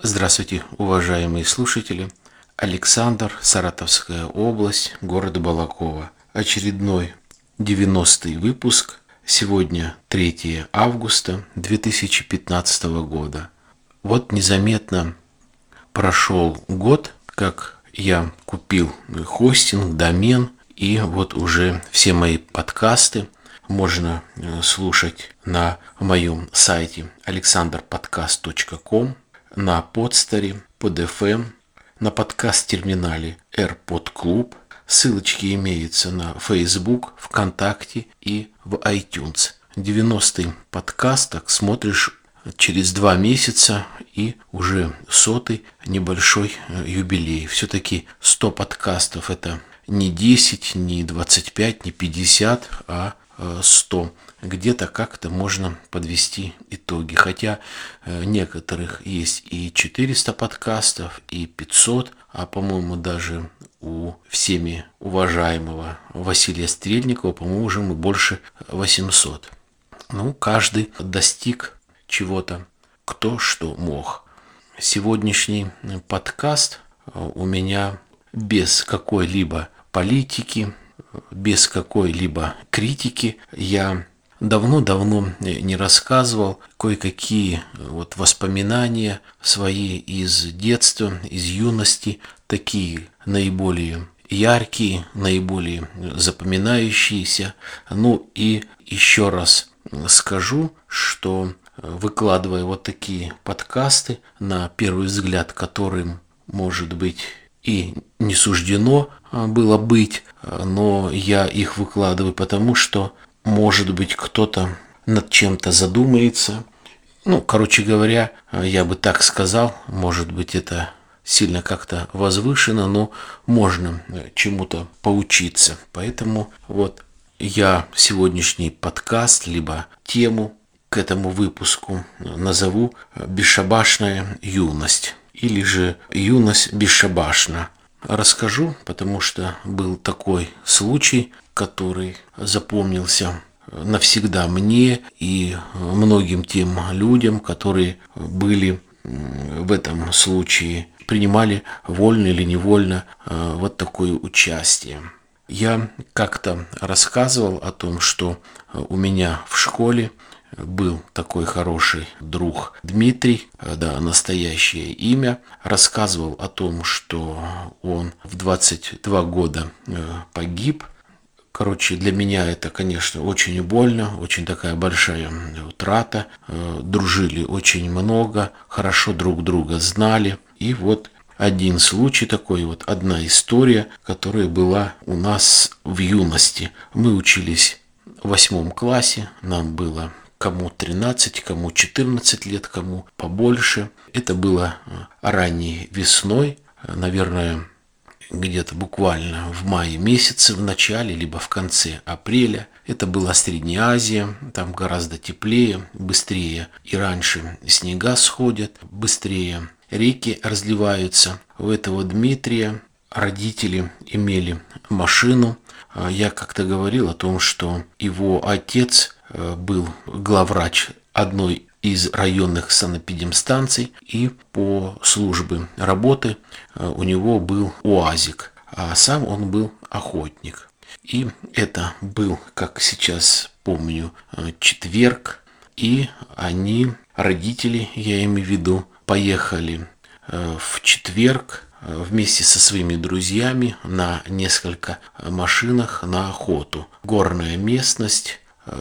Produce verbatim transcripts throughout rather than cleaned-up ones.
Здравствуйте, уважаемые слушатели. Александр, Саратовская область, город Балаково. Очередной девяностый выпуск. Сегодня третьего августа две тысячи пятнадцатого года. Вот незаметно прошел год, как я купил хостинг, домен, и вот уже все мои подкасты можно слушать на моем сайте александр подкаст точка ком, на подстере, под эф эм, на подкаст-терминале AirPod Club. Ссылочки имеются на Facebook, ВКонтакте и в iTunes. девяностый подкаст, так смотришь, через два месяца и уже сотый небольшой юбилей. Все-таки сто подкастов — это не десять, не двадцать пять, не пятьдесят, а сто. Где-то как-то можно подвести итоги. Хотя некоторых есть и четыреста подкастов, и пятьсот, а по-моему даже у всеми уважаемого Василия Стрельникова, по-моему, уже мы больше восьмисот. Ну, каждый достиг чего-то, кто что мог. Сегодняшний подкаст у меня без какой-либо политики, без какой-либо критики. Я давно-давно не рассказывал кое-какие вот воспоминания свои из детства, из юности, такие наиболее яркие, наиболее запоминающиеся. Ну и еще раз скажу, что выкладывая вот такие подкасты, на первый взгляд которым, может быть, и не суждено было быть, но я их выкладываю потому, что, может быть, кто-то над чем-то задумается. Ну, короче говоря, я бы так сказал, может быть, это сильно как-то возвышено, но можно чему-то поучиться. Поэтому вот я сегодняшний подкаст, либо тему к этому выпуску назову «Бесшабашная юность» или же «Юность бесшабашна». Расскажу, потому что был такой случай, который запомнился навсегда мне и многим тем людям, которые были в этом случае, принимали вольно или невольно вот такое участие. Я как-то рассказывал о том, что у меня в школе был такой хороший друг Дмитрий, да, настоящее имя. Рассказывал о том, что он в двадцать два года погиб. Короче, для меня это, конечно, очень больно, очень такая большая утрата. Дружили очень много, хорошо друг друга знали. И вот один случай такой, вот одна история, которая была у нас в юности. Мы учились в восьмом классе, нам было кому тринадцать, кому четырнадцать лет, кому побольше. Это было ранней весной, наверное, где-то буквально в мае месяце, в начале, либо в конце апреля. Это была Средняя Азия, там гораздо теплее, быстрее и раньше снега сходят, быстрее реки разливаются. У этого Дмитрия родители имели машину. Я как-то говорил о том, что его отец был главврач одной из районных санэпидемстанций, и по службе работы у него был УАЗик, а сам он был охотник. И это был, как сейчас помню, четверг, и они, родители, я имею в виду, поехали в четверг вместе со своими друзьями на несколько машинах на охоту. Горная местность,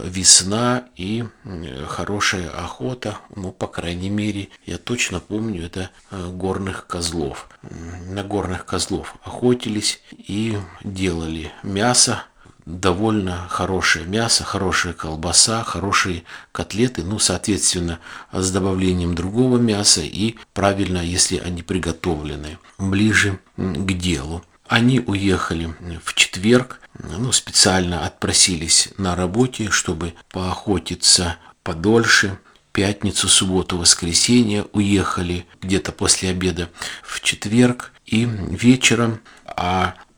весна и хорошая охота, ну, по крайней мере, я точно помню, это горных козлов. На горных козлов охотились и делали мясо, довольно хорошее мясо, хорошая колбаса, хорошие котлеты, ну, соответственно, с добавлением другого мяса и правильно, если они приготовлены, ближе к делу. Они уехали в четверг, ну, специально отпросились на работе, чтобы поохотиться подольше. Пятницу, субботу, воскресенье уехали где-то после обеда в четверг, и вечером, а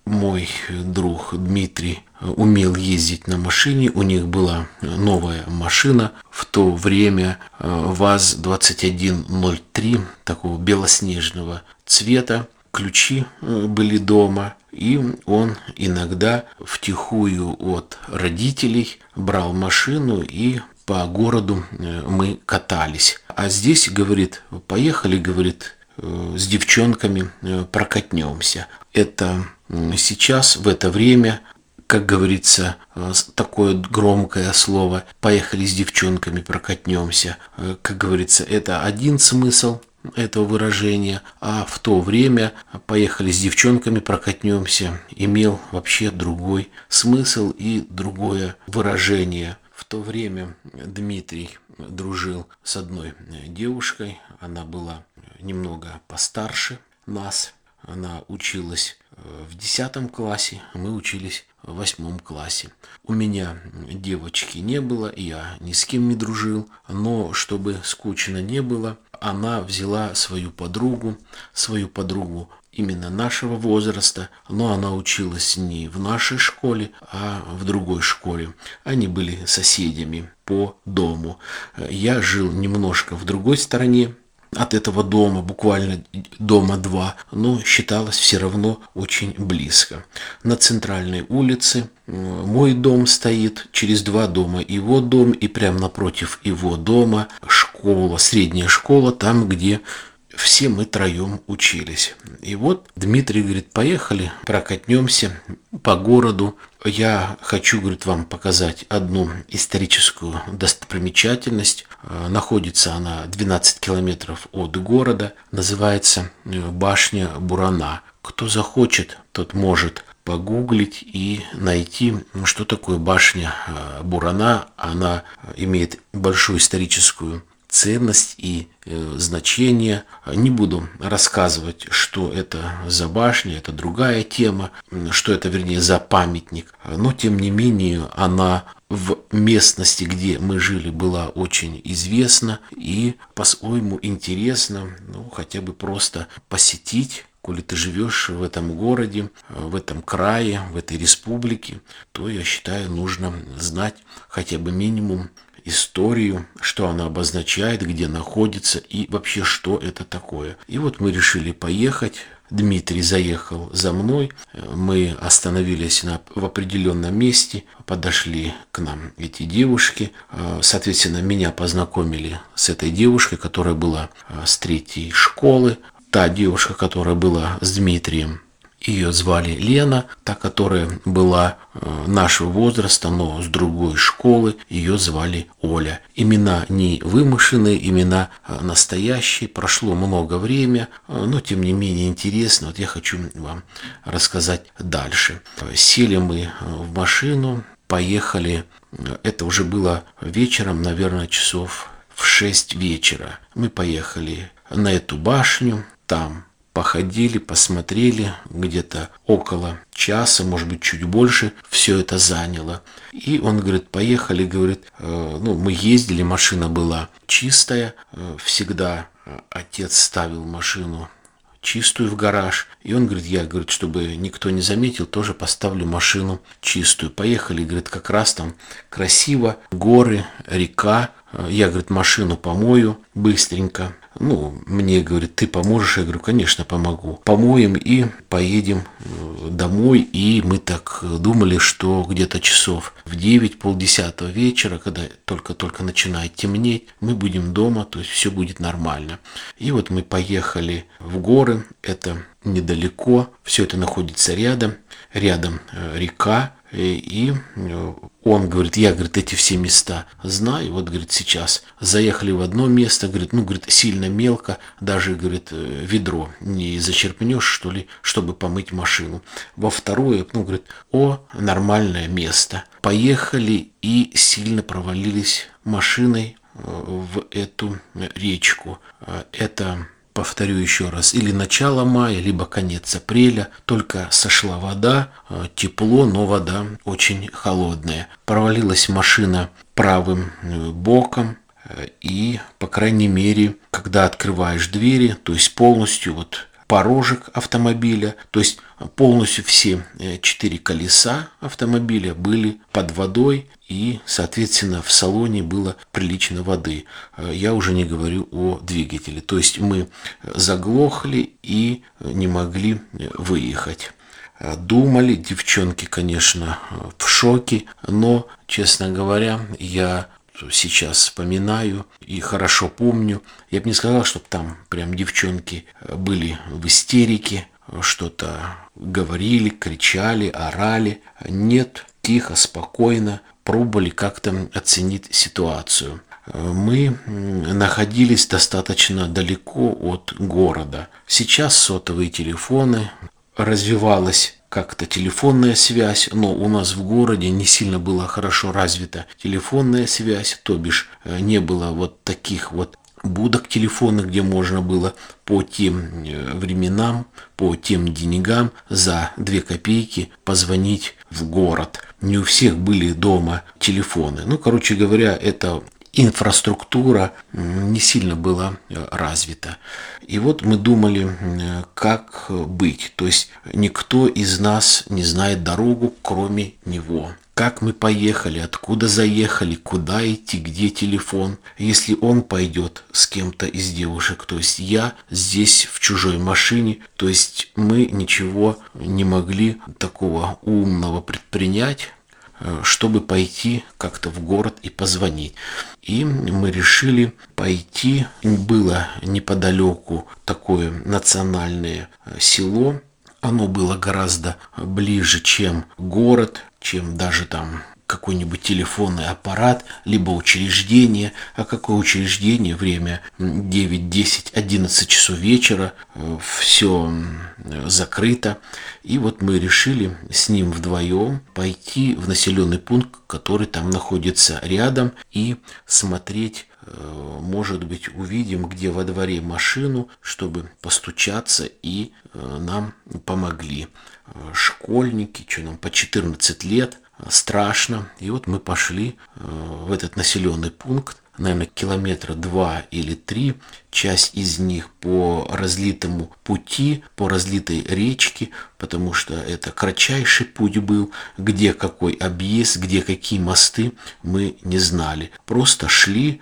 мой друг Дмитрий умел ездить на машине, у них была новая машина, в то время ВАЗ двадцать один ноль три, такого белоснежного цвета. Ключи были дома, и он иногда втихую от родителей брал машину, и по городу мы катались. А здесь, говорит, поехали, говорит, с девчонками прокатнемся. Это сейчас, в это время, как говорится, такое громкое слово «поехали с девчонками прокатнемся». Как говорится, это один смысл этого выражения, а в то время «поехали с девчонками прокатнемся» имел вообще другой смысл и другое выражение. В то время Дмитрий дружил с одной девушкой, она была немного постарше нас, она училась в десятом классе, мы учились в восьмом классе. У меня девочки не было, я ни с кем не дружил, но чтобы скучно не было, она взяла свою подругу, свою подругу именно нашего возраста, но она училась не в нашей школе, а в другой школе. Они были соседями по дому. Я жил немножко в другой стороне от этого дома, буквально дома два, но считалось все равно очень близко. На центральной улице мой дом стоит, через два дома его дом, и прямо напротив его дома школа, средняя школа, там, где все мы троем учились. И вот Дмитрий говорит, поехали, прокатнемся по городу. Я хочу, говорит, вам показать одну историческую достопримечательность. Находится она двенадцать километров от города. Называется башня Бурана. Кто захочет, тот может погуглить и найти, что такое башня Бурана. Она имеет большую историческую ценность и э, значение. Не буду рассказывать, что это за башня, это другая тема, что это, вернее, за памятник. Но, тем не менее, она в местности, где мы жили, была очень известна и по-своему интересна, ну, хотя бы просто посетить. Коли ты живешь в этом городе, в этом крае, в этой республике, то, я считаю, нужно знать хотя бы минимум историю, что она обозначает, где находится и вообще, что это такое. И вот мы решили поехать. Дмитрий заехал за мной. Мы остановились на, в определенном месте. Подошли к нам эти девушки. Соответственно, меня познакомили с этой девушкой, которая была с третьей школы. Та девушка, которая была с Дмитрием, ее звали Лена, та, которая была э, нашего возраста, но с другой школы, ее звали Оля. Имена не вымышленные, имена э, настоящие, прошло много времени, э, но тем не менее интересно. Вот я хочу вам рассказать дальше. Сели мы в машину, поехали, это уже было вечером, наверное, часов в шесть вечера. Мы поехали на эту башню, там походили, посмотрели, где-то около часа, может быть, чуть больше, все это заняло. И он говорит, поехали, говорит, э, ну, мы ездили, машина была чистая, э, всегда отец ставил машину чистую в гараж. И он говорит, я, говорит, чтобы никто не заметил, тоже поставлю машину чистую. Поехали, говорит, как раз там красиво, горы, река. Я, говорит, машину помою быстренько. Ну, мне, говорит, ты поможешь? Я говорю, конечно, помогу. Помоем и поедем домой. И мы так думали, что где-то часов в девять, полдесятого вечера, когда только-только начинает темнеть, мы будем дома, то есть все будет нормально. И вот мы поехали в горы, это недалеко, все это находится рядом, рядом река. И он говорит, я, говорит, эти все места знаю. Вот, говорит, сейчас заехали в одно место, говорит, ну, говорит, сильно мелко, даже, говорит, ведро не зачерпнешь, что ли, чтобы помыть машину. Во второе, ну, говорит, о, нормальное место. Поехали и сильно провалились машиной в эту речку. Это, повторю еще раз, или начало мая, либо конец апреля, только сошла вода, тепло, но вода очень холодная. Провалилась машина правым боком, и, по крайней мере, когда открываешь двери, то есть полностью вот порожек автомобиля, то есть полностью все четыре колеса автомобиля были под водой, и, соответственно, в салоне было прилично воды. Я уже не говорю о двигателе, то есть мы заглохли и не могли выехать. Думали, девчонки, конечно, в шоке, но, честно говоря, я сейчас вспоминаю и хорошо помню. Я бы не сказал, что там прям девчонки были в истерике, что-то говорили, кричали, орали. Нет, тихо, спокойно пробовали как-то оценить ситуацию. Мы находились достаточно далеко от города. Сейчас сотовые телефоны, развивалась как-то телефонная связь, но у нас в городе не сильно была хорошо развита телефонная связь, то бишь не было вот таких вот будок телефонных, где можно было по тем временам, по тем деньгам за две копейки позвонить в город. Не у всех были дома телефоны. Ну, короче говоря, это инфраструктура не сильно была развита. И вот мы думали, как быть. То есть никто из нас не знает дорогу, кроме него. Как мы поехали, откуда заехали, куда идти, где телефон. Если он пойдет с кем-то из девушек, то есть я здесь в чужой машине, то есть мы ничего не могли такого умного предпринять, чтобы пойти как-то в город и позвонить. И мы решили пойти. Было неподалеку такое национальное село. Оно было гораздо ближе, чем город, чем даже там какой-нибудь телефонный аппарат, либо учреждение. А какое учреждение? Время девять, десять, одиннадцать часов вечера. Все закрыто. И вот мы решили с ним вдвоем пойти в населенный пункт, который там находится рядом, и смотреть, может быть, увидим, где во дворе машину, чтобы постучаться, и нам помогли. Школьники, что нам, по четырнадцать лет, страшно. И вот мы пошли в этот населенный пункт, наверное, километра два или три, часть из них по разлитому пути, по разлитой речке, потому что это кратчайший путь был, где какой объезд, где какие мосты, мы не знали. Просто шли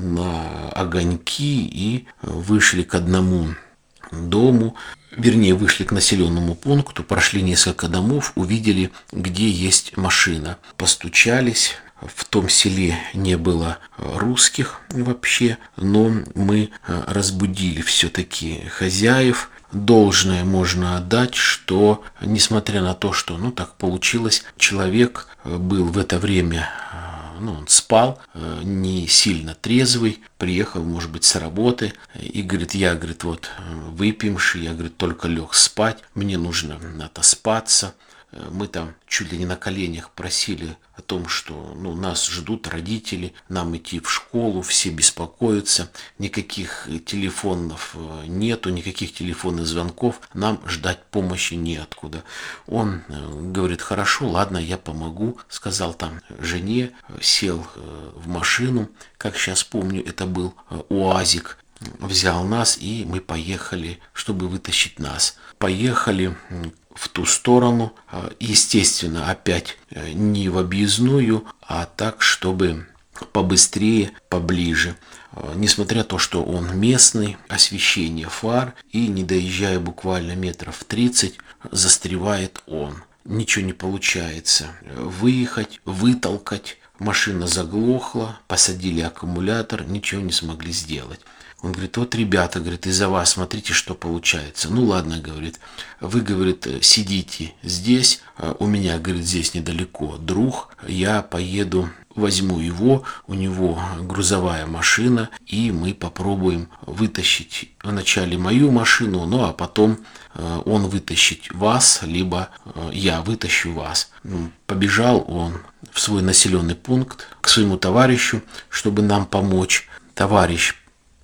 на огоньки и вышли к одному дому, вернее, вышли к населенному пункту, прошли несколько домов, увидели, где есть машина. Постучались. В том селе не было русских вообще, но мы разбудили все-таки хозяев. Должное можно отдать, что, несмотря на то, что, ну, так получилось, человек был в это время, ну, он спал, не сильно трезвый, приехал, может быть, с работы, и говорит, я, говорит, вот, выпивший, я, говорит, только лег спать, мне нужно отоспаться. Мы там чуть ли не на коленях просили о том, что, ну, нас ждут родители, нам идти в школу, все беспокоятся, никаких телефонов нету, никаких телефонных звонков, нам ждать помощи неоткуда. Он говорит, хорошо, ладно, я помогу, сказал там жене, сел в машину, как сейчас помню, это был УАЗик, взял нас, и мы поехали, чтобы вытащить нас. Поехали в ту сторону, естественно, опять не в объездную, а так, чтобы побыстрее, поближе. Несмотря на то, что он местный, освещение фар, и не доезжая буквально метров тридцать, застревает он. Ничего не получается выехать, вытолкать. Машина заглохла, посадили аккумулятор, ничего не смогли сделать. Он говорит, вот, ребята, говорит, из-за вас, смотрите, что получается. Ну, ладно, говорит, вы, говорит, сидите здесь, у меня, говорит, здесь недалеко друг, я поеду, возьму его, у него грузовая машина, и мы попробуем вытащить вначале мою машину, ну, а потом он вытащить вас, либо я вытащу вас. Побежал он в свой населенный пункт к своему товарищу, чтобы нам помочь. Товарищ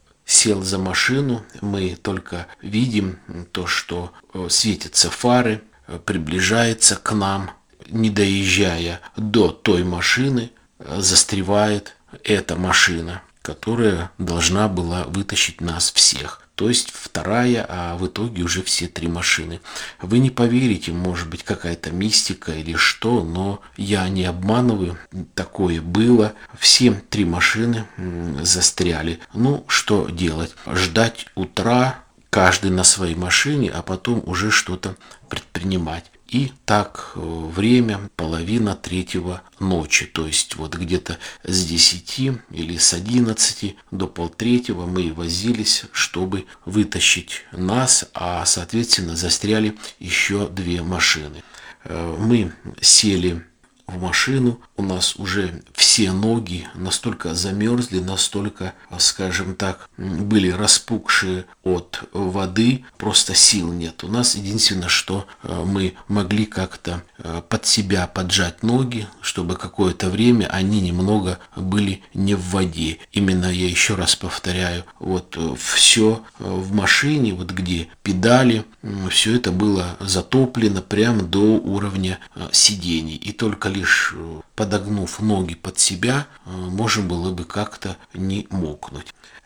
сел за машину, мы только видим то, что светятся фары, приближается к нам, не доезжая до той машины, застревает эта машина, которая должна была вытащить нас всех. то есть вторая, а в итоге уже все три машины. Вы не поверите, может быть какая-то мистика или что, но я не обманываю, такое было. Все три машины застряли. Ну, что делать? Ждать утра, каждый на своей машине, а потом уже что-то предпринимать. И так время половина третьего ночи, то есть вот где-то с десяти или с одиннадцати до полтретьего мы возились, чтобы вытащить нас, а соответственно застряли еще две машины. Мы сели в машину, у нас уже все ноги настолько замерзли, настолько, скажем так, были распухшие от воды, просто сил нет. У нас единственное, что мы могли как-то под себя поджать ноги, чтобы какое-то время они немного были не в воде. Именно, я еще раз повторяю, вот все в машине, вот где педали, все это было затоплено прямо до уровня сидений. И только лишь подогнув ноги под себя, можно было бы как-то не мокнуть.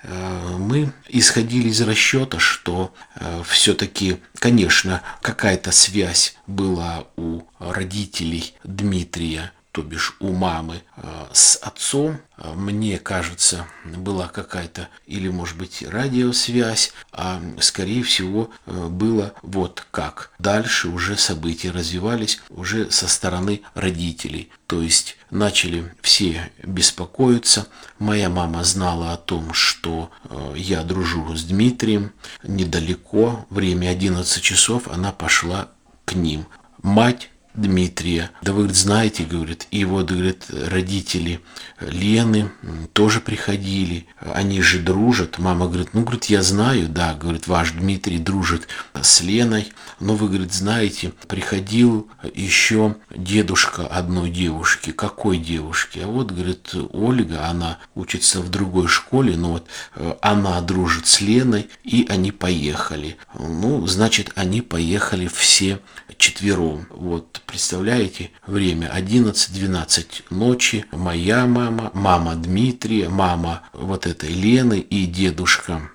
Мы исходили из расчета, что все-таки, конечно, какая-то связь была у родителей Дмитрия, то бишь у мамы, с отцом. Мне кажется, была какая-то или, может быть, радиосвязь, а скорее всего было вот как. Дальше уже события развивались уже со стороны родителей. То есть начали все беспокоиться. Моя мама знала о том, что я дружу с Дмитрием недалеко. Время одиннадцать часов, она пошла к ним. Мать Дмитрия, да вы, говорит, знаете, говорит, и вот, говорит, родители Лены тоже приходили, они же дружат. Мама говорит, ну, говорит, я знаю, да, говорит, ваш Дмитрий дружит с Леной, но вы, говорит, знаете, приходил еще дедушка одной девушки. Какой девушки? А вот, говорит, Ольга, она учится в другой школе, но вот она дружит с Леной, и они поехали. Ну, значит, они поехали все четвером. Вот, представляете, время одиннадцать-двенадцать ночи, моя мама, мама Дмитрия, мама вот этой Лены и дедушка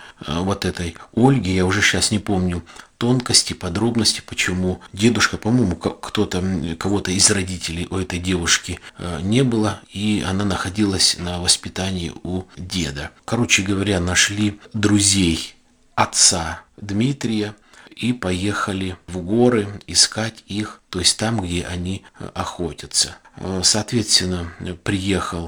вот этой Ольги, я уже сейчас не помню тонкости, подробности, почему дедушка, по-моему, кто-то, кого-то из родителей у этой девушки не было, и она находилась на воспитании у деда. Короче говоря, нашли друзей отца Дмитрия и поехали в горы искать их, то есть там, где они охотятся. Соответственно, приехал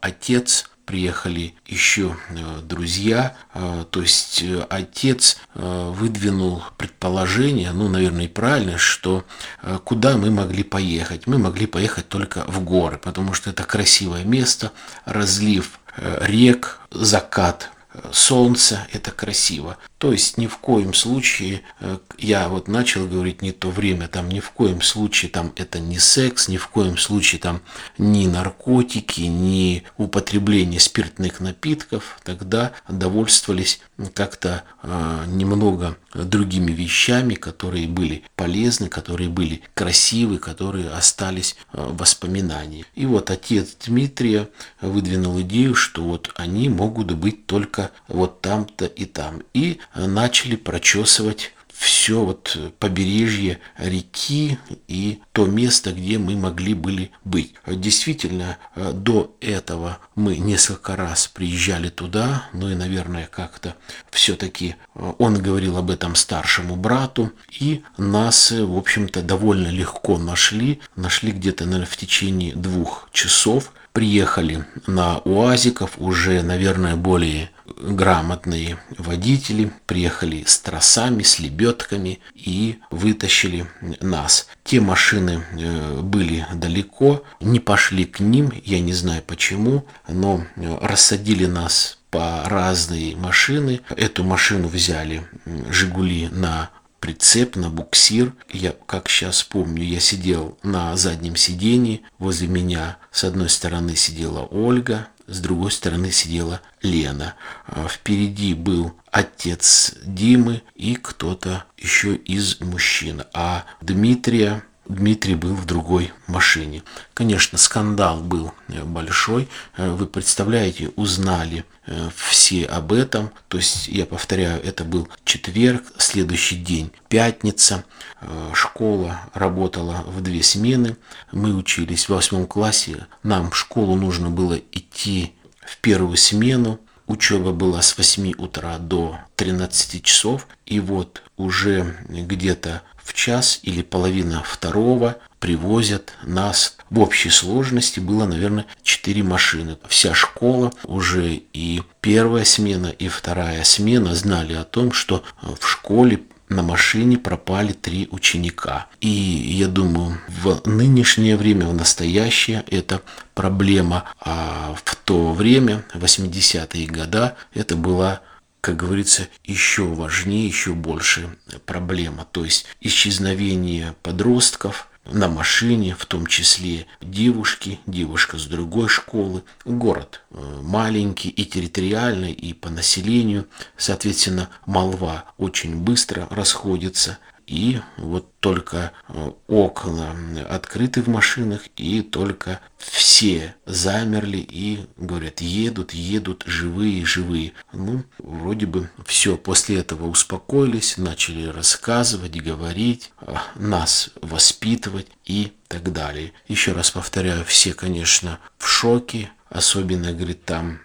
отец, приехали еще друзья, то есть отец выдвинул предположение, ну, наверное, и правильно, что куда мы могли поехать. Мы могли поехать только в горы, потому что это красивое место, разлив рек, закат солнце, это красиво. То есть ни в коем случае, я вот начал говорить не то время, там ни в коем случае там это не секс, ни в коем случае там ни наркотики, ни употребление спиртных напитков, тогда довольствовались как-то э, немного другими вещами, которые были полезны, которые были красивы, которые остались э, в воспоминании. И вот отец Дмитрия выдвинул идею, что вот они могут быть только вот там-то и там. И начали прочесывать все вот побережье реки и то место, где мы могли были быть. Действительно, до этого мы несколько раз приезжали туда, ну и, наверное, как-то все-таки он говорил об этом старшему брату, и нас, в общем-то, довольно легко нашли. Нашли где-то, наверное, в течение двух часов. Приехали на УАЗиков уже, наверное, более грамотные водители, приехали с тросами, с лебедками и вытащили нас. Те машины были далеко, не пошли к ним, я не знаю почему, но рассадили нас по разные машины. Эту машину взяли «Жигули» на прицеп, на буксир. Я, как сейчас помню, я сидел на заднем сидении, возле меня с одной стороны сидела Ольга, с другой стороны сидела Лена. Впереди был отец Димы и кто-то еще из мужчин. А Дмитрия Дмитрий был в другой машине. Конечно, скандал был большой. Вы представляете, узнали все об этом. То есть, я повторяю, это был четверг, следующий день пятница. Школа работала в две смены. Мы учились в восьмом классе. Нам в школу нужно было идти в первую смену. Учеба была с восьми утра до тринадцати часов. И вот уже где-то в час или половина второго привозят нас. В общей сложности было, наверное, четыре машины. Вся школа, уже и первая смена, и вторая смена знали о том, что в школе на машине пропали три ученика. И я думаю, в нынешнее время, в настоящее, это проблема. А в то время, восьмидесятые годы, это была, как говорится, еще важнее, еще больше проблема. То есть исчезновение подростков на машине, в том числе девушки, девушка с другой школы. Город маленький и территориальный, и по населению. Соответственно, молва очень быстро расходится. И вот только окна открыты в машинах, и только все замерли и говорят, едут, едут, живые, живые. Ну, вроде бы все. После этого успокоились, начали рассказывать, говорить, нас воспитывать и так далее. Еще раз повторяю, все, конечно, в шоке. Особенно, говорит, там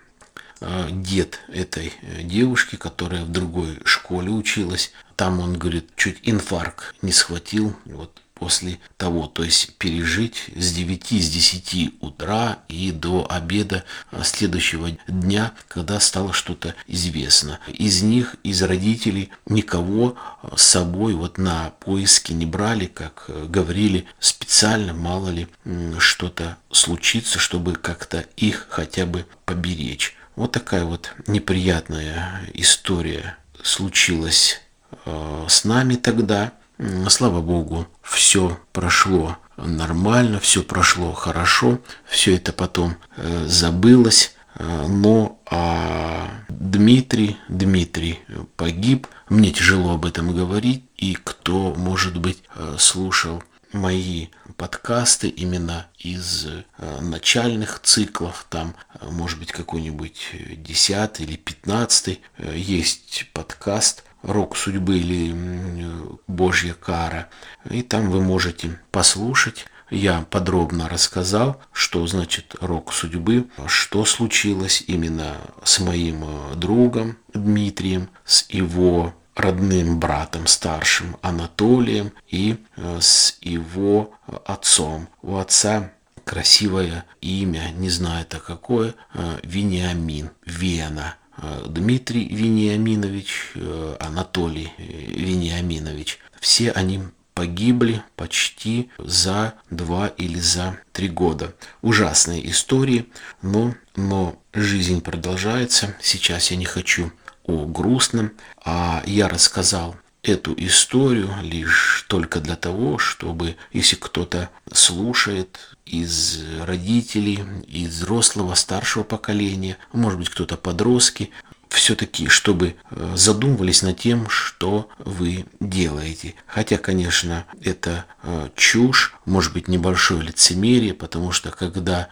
дед этой девушки, которая в другой школе училась. Там он, говорит, чуть инфаркт не схватил вот после того. То есть пережить с девяти, с десяти утра и до обеда следующего дня, когда стало что-то известно. Из них, из родителей, никого с собой вот на поиски не брали, как говорили, специально, мало ли что-то случится, чтобы как-то их хотя бы поберечь. Вот такая вот неприятная история случилась э, с нами тогда. Слава Богу, все прошло нормально, все прошло хорошо, все это потом э, забылось. Э, но а Дмитрий, Дмитрий погиб. Мне тяжело об этом говорить. И кто, может быть, э, слушал мои подкасты именно из э, начальных циклов, там, э, может быть, какой-нибудь десятый или пятнадцатый, э, есть подкаст «Рок судьбы» или э, «Божья кара», и там вы можете послушать. Я подробно рассказал, что значит рок судьбы, что случилось именно с моим другом Дмитрием, с его родным братом старшим Анатолием и с его отцом. У отца красивое имя, не знаю это какое, Вениамин, Вена. Дмитрий Вениаминович, Анатолий Вениаминович. Все они погибли почти за два или за три года. Ужасные истории, но, но жизнь продолжается. Сейчас я не хочу о грустном, а я рассказал эту историю лишь только для того, чтобы, если кто-то слушает из родителей, из взрослого, старшего поколения, может быть, кто-то подростки, все-таки, чтобы задумывались над тем, что вы делаете. Хотя, конечно, это чушь, может быть, небольшое лицемерие, потому что когда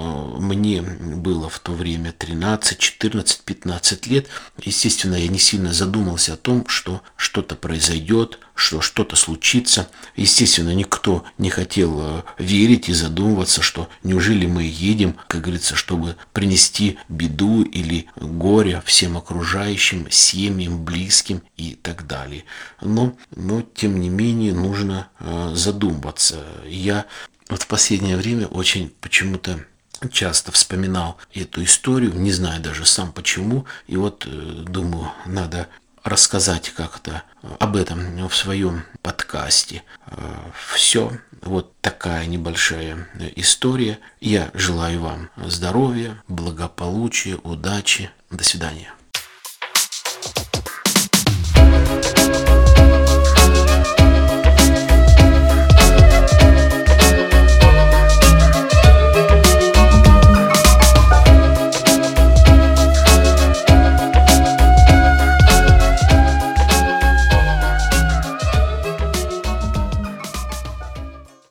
мне было в то время тринадцать, четырнадцать, пятнадцать лет, естественно, я не сильно задумался о том, что что-то произойдет, что что-то случится. Естественно, никто не хотел верить и задумываться, что неужели мы едем, как говорится, чтобы принести беду или горе всем окружающим, семьям, близким и так далее. Но, но тем не менее, нужно э, задуматься. Я вот в последнее время очень почему-то часто вспоминал эту историю, не знаю даже сам почему, и вот э, думаю, надо рассказать как-то об этом в своем подкасте. Все, вот такая небольшая история. Я желаю вам здоровья, благополучия, удачи. До свидания.